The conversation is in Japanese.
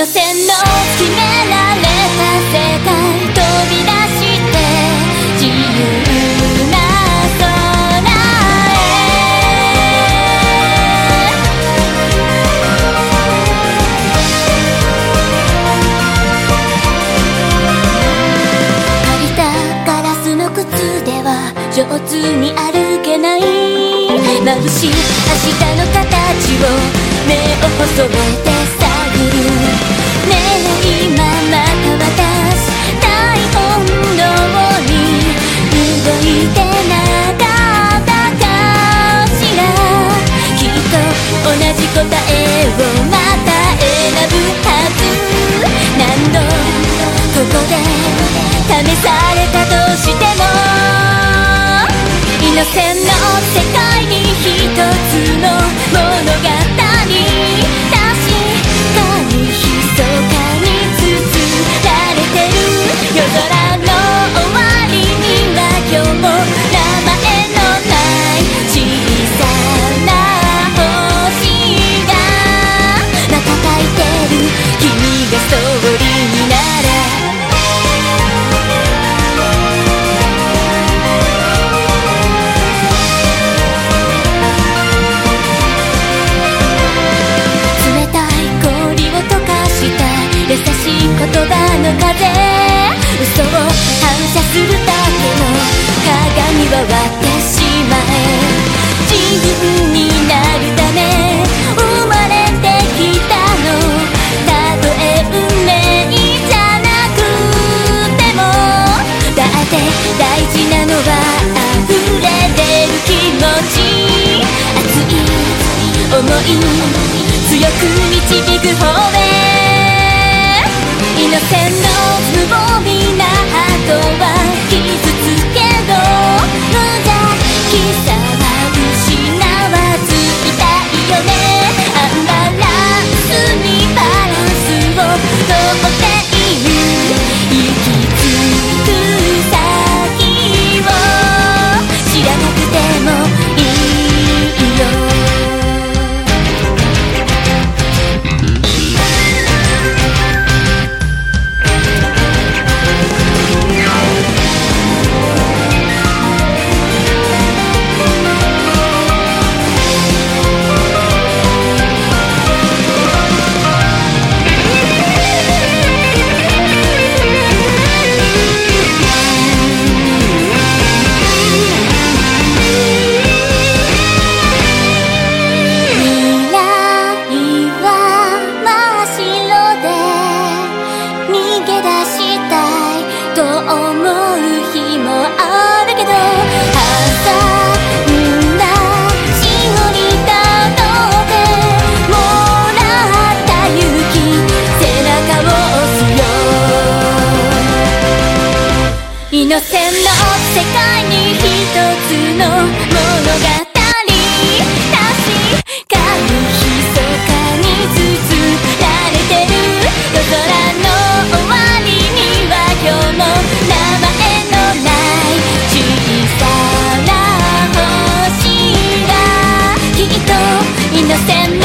の線の決められた世界飛び出して自由な空へ借りたガラスの靴では上手に歩けない眩しい明日の形を目を細めて探るねえ今また私大本能に動いてなかったかしらきっと同じ答えをまた選ぶはず何度ここで試されたとしてもイノセンの世界に一つの物語確かに密かに包られてる夜空の終わりには今日も名前のない小さな星が瞬いてる君がストーリーになら優しい言葉の風嘘を反射するだけの鏡を割ってしまえ自分になるため生まれてきたのたとえ運命じゃなくてもだって大事なのは溢れ出る気持ち熱い想い強く導く方へイノセンの無防備なハートは傷つけど無邪気さは失わずいたいよねアンバランスにバランスをとっている行き着く先を知らなくてもいいよイノセンの世界に一つの物語確かに密かに包られてる夜空の終わりには今日も名前のない小さな星がきっとイノセン